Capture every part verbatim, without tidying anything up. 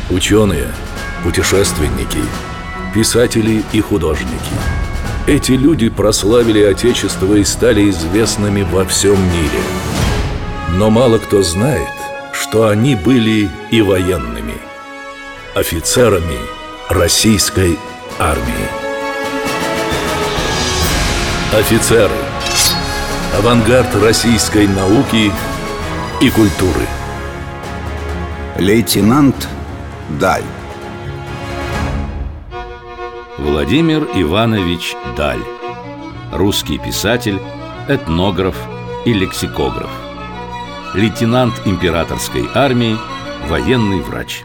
Ученые, путешественники, писатели и художники. Эти люди прославили Отечество и стали известными во всем мире. Но мало кто знает, что они были и военными, офицерами российской армии. Офицеры. Авангард российской науки и культуры. Лейтенант Даль. Владимир Иванович Даль. Русский писатель, этнограф и лексикограф. Лейтенант императорской армии, военный врач.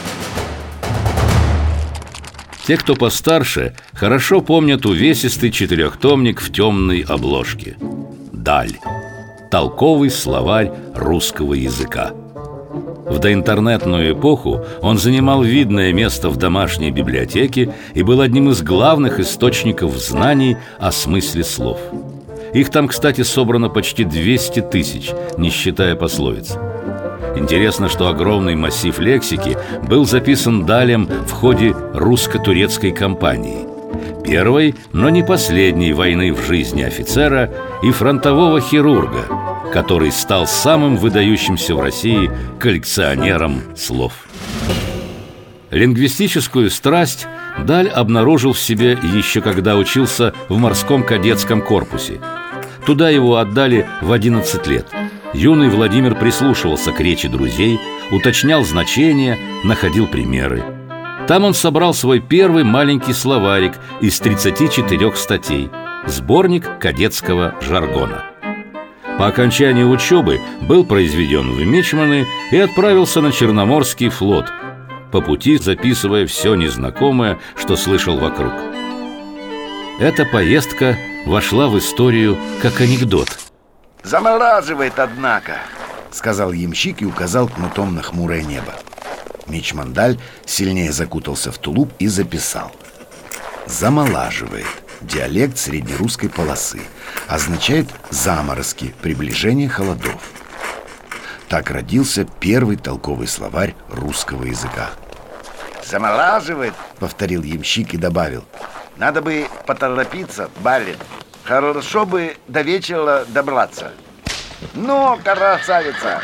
Те, кто постарше, хорошо помнят увесистый четырехтомник в темной обложке. Даль. Толковый словарь русского языка. В доинтернетную эпоху он занимал видное место в домашней библиотеке и был одним из главных источников знаний о смысле слов. Их там, кстати, собрано почти двести тысяч, не считая пословиц. Интересно, что огромный массив лексики был записан Далем в ходе русско-турецкой кампании. Первой, но не последней войны в жизни офицера и фронтового хирурга, который стал самым выдающимся в России коллекционером слов. Лингвистическую страсть Даль обнаружил в себе еще когда учился в морском кадетском корпусе. Туда его отдали в одиннадцать лет. Юный Владимир прислушивался к речи друзей, уточнял значения, находил примеры. Там он собрал свой первый маленький словарик из тридцати четырёх статей, сборник кадетского жаргона. По окончании учебы был произведен в мичманы и отправился на Черноморский флот, по пути записывая все незнакомое, что слышал вокруг. Эта поездка вошла в историю как анекдот. «Замораживает, однако», — сказал ямщик и указал кнутом на хмурое небо. Мичман Даль сильнее закутался в тулуп и записал: «Замолаживает. Диалект среднерусской полосы. Означает заморозки, приближение холодов». Так родился первый толковый словарь русского языка. «Замолаживает», — повторил ямщик и добавил: «надо бы поторопиться, барин. Хорошо бы до вечера добраться. Ну, красавица!»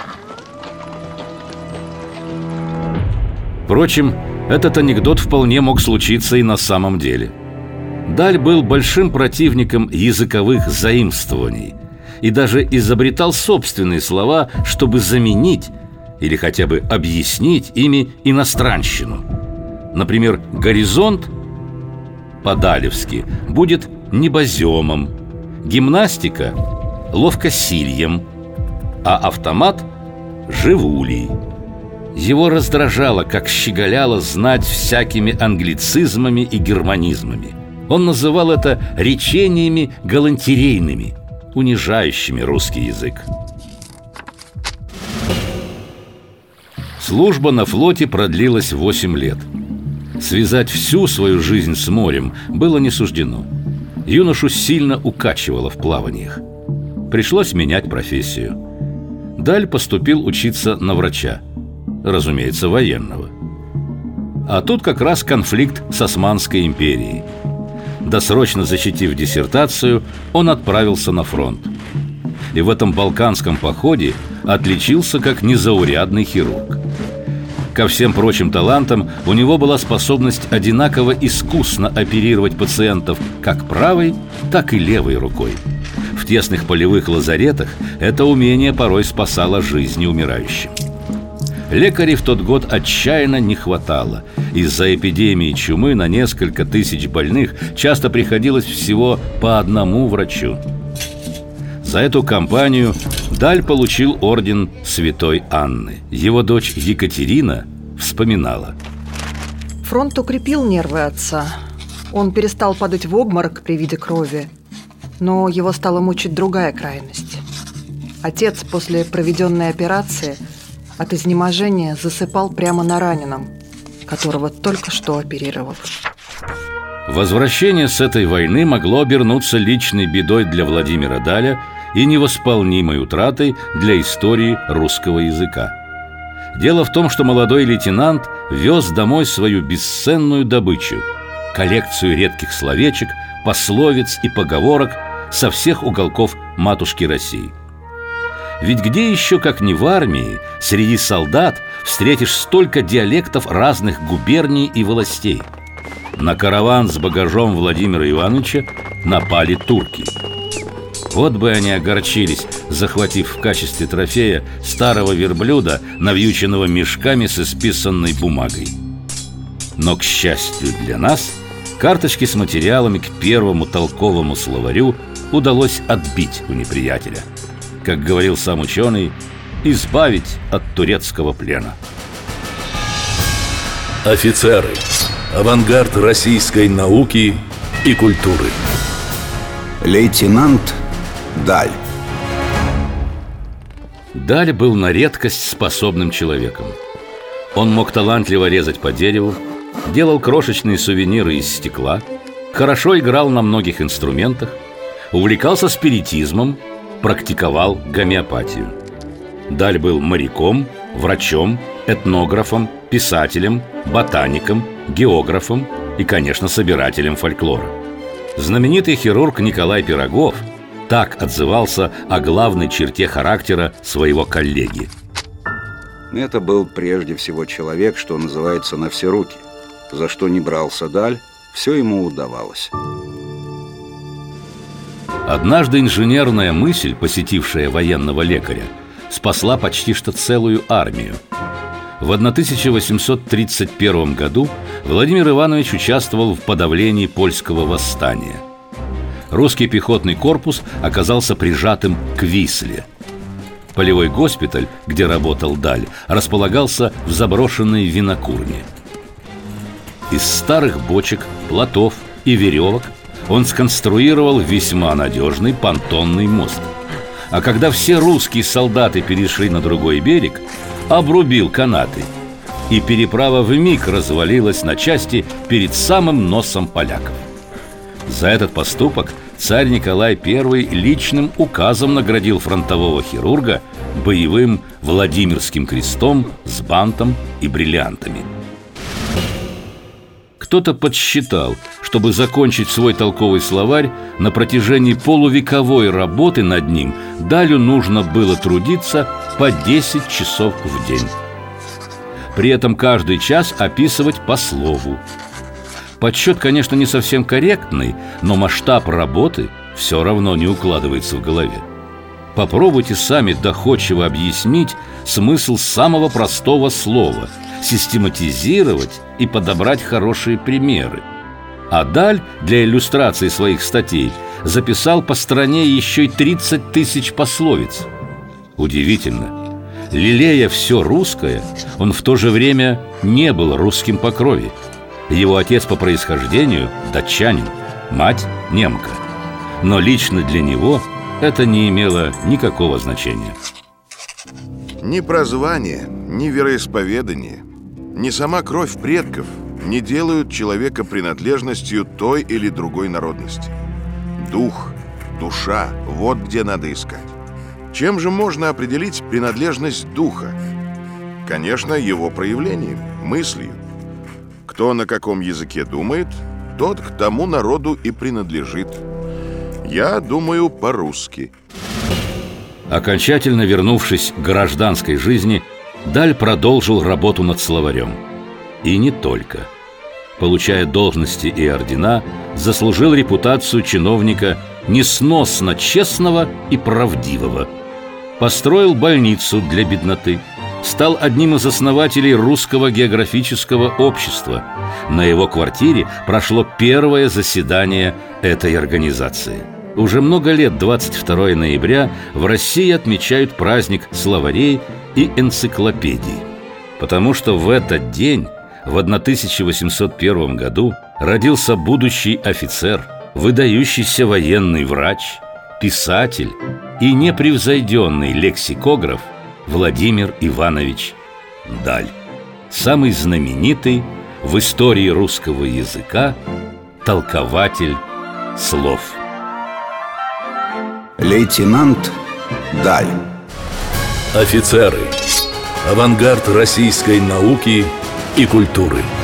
Впрочем, этот анекдот вполне мог случиться и на самом деле. Даль был большим противником языковых заимствований и даже изобретал собственные слова, чтобы заменить или хотя бы объяснить ими иностранщину. Например, «горизонт» по-далевски будет небоземом, гимнастика – ловкосильем, а автомат – живулей. Его раздражало, как щеголяло, знать всякими англицизмами и германизмами. Он называл это речениями галантерейными, унижающими русский язык. Служба на флоте продлилась восемь лет. Связать всю свою жизнь с морем было не суждено. Юношу сильно укачивало в плаваниях. Пришлось менять профессию. Даль поступил учиться на врача, разумеется, военного. А тут как раз конфликт с Османской империей. Досрочно защитив диссертацию, он отправился на фронт. И в этом балканском походе отличился как незаурядный хирург. Ко всем прочим талантам у него была способность одинаково искусно оперировать пациентов как правой, так и левой рукой. В тесных полевых лазаретах это умение порой спасало жизни умирающим. Лекарей в тот год отчаянно не хватало. Из-за эпидемии чумы на несколько тысяч больных часто приходилось всего по одному врачу. За эту кампанию Даль получил орден Святой Анны. Его дочь Екатерина вспоминала: «Фронт укрепил нервы отца. Он перестал падать в обморок при виде крови, но его стала мучить другая крайность. Отец после проведенной операции от изнеможения засыпал прямо на раненом, которого только что оперировал». Возвращение с этой войны могло обернуться личной бедой для Владимира Даля и невосполнимой утратой для истории русского языка. Дело в том, что молодой лейтенант вез домой свою бесценную добычу – коллекцию редких словечек, пословиц и поговорок со всех уголков матушки России. Ведь где еще, как не в армии, среди солдат встретишь столько диалектов разных губерний и властей? На караван с багажом Владимира Ивановича напали турки. Вот бы они огорчились, захватив в качестве трофея старого верблюда, навьюченного мешками с исписанной бумагой. Но, к счастью для нас, карточки с материалами к первому толковому словарю удалось отбить у неприятеля. Как говорил сам ученый, избавить от турецкого плена. Офицеры. Авангард российской науки и культуры. Лейтенант Даль. Даль был на редкость способным человеком. Он мог талантливо резать по дереву, делал крошечные сувениры из стекла, хорошо играл на многих инструментах, увлекался спиритизмом, практиковал гомеопатию. Даль был моряком, врачом, этнографом, писателем, ботаником, географом и, конечно, собирателем фольклора. Знаменитый хирург Николай Пирогов так отзывался о главной черте характера своего коллеги. Это был прежде всего человек, что называется, на все руки. За что не брался Даль, все ему удавалось. Однажды инженерная мысль, посетившая военного лекаря, спасла почти что целую армию. В тысяча восемьсот тридцать первом году Владимир Иванович участвовал в подавлении польского восстания. Русский пехотный корпус оказался прижатым к Висле. Полевой госпиталь, где работал Даль, располагался в заброшенной винокурне. Из старых бочек, плотов и веревок он сконструировал весьма надежный понтонный мост. А когда все русские солдаты перешли на другой берег, обрубил канаты, и переправа вмиг развалилась на части перед самым носом поляков. За этот поступок царь Николай Первый личным указом наградил фронтового хирурга боевым Владимирским крестом с бантом и бриллиантами. Кто-то подсчитал, чтобы закончить свой толковый словарь, на протяжении полувековой работы над ним Далю нужно было трудиться по десять часов в день. При этом каждый час описывать по слову. Подсчет, конечно, не совсем корректный, но масштаб работы все равно не укладывается в голове. Попробуйте сами доходчиво объяснить смысл самого простого слова, систематизировать и подобрать хорошие примеры. А Даль для иллюстрации своих статей записал по стране еще и тридцать тысяч пословиц. Удивительно, лелея все русское, он в то же время не был русским по крови. Его отец по происхождению датчанин, мать немка. Но лично для него это не имело никакого значения. Ни прозвание, ни вероисповедание, ни сама кровь предков не делают человека принадлежностью той или другой народности. Дух, душа – вот где надо искать. Чем же можно определить принадлежность духа? Конечно, его проявлением, мыслью. Кто на каком языке думает, тот к тому народу и принадлежит. Я думаю по-русски. Окончательно вернувшись к гражданской жизни, Даль продолжил работу над словарем. И не только. Получая должности и ордена, заслужил репутацию чиновника несносно честного и правдивого. Построил больницу для бедноты. Стал одним из основателей Русского географического общества. На его квартире прошло первое заседание этой организации. Уже много лет, двадцать второго ноября, в России отмечают праздник словарей и энциклопедий. Потому что в этот день, в тысяча восемьсот первом году, родился будущий офицер, выдающийся военный врач, писатель и непревзойденный лексикограф Владимир Иванович Даль. Самый знаменитый в истории русского языка толкователь слов. Лейтенант Даль. Офицеры. Авангард российской науки и культуры.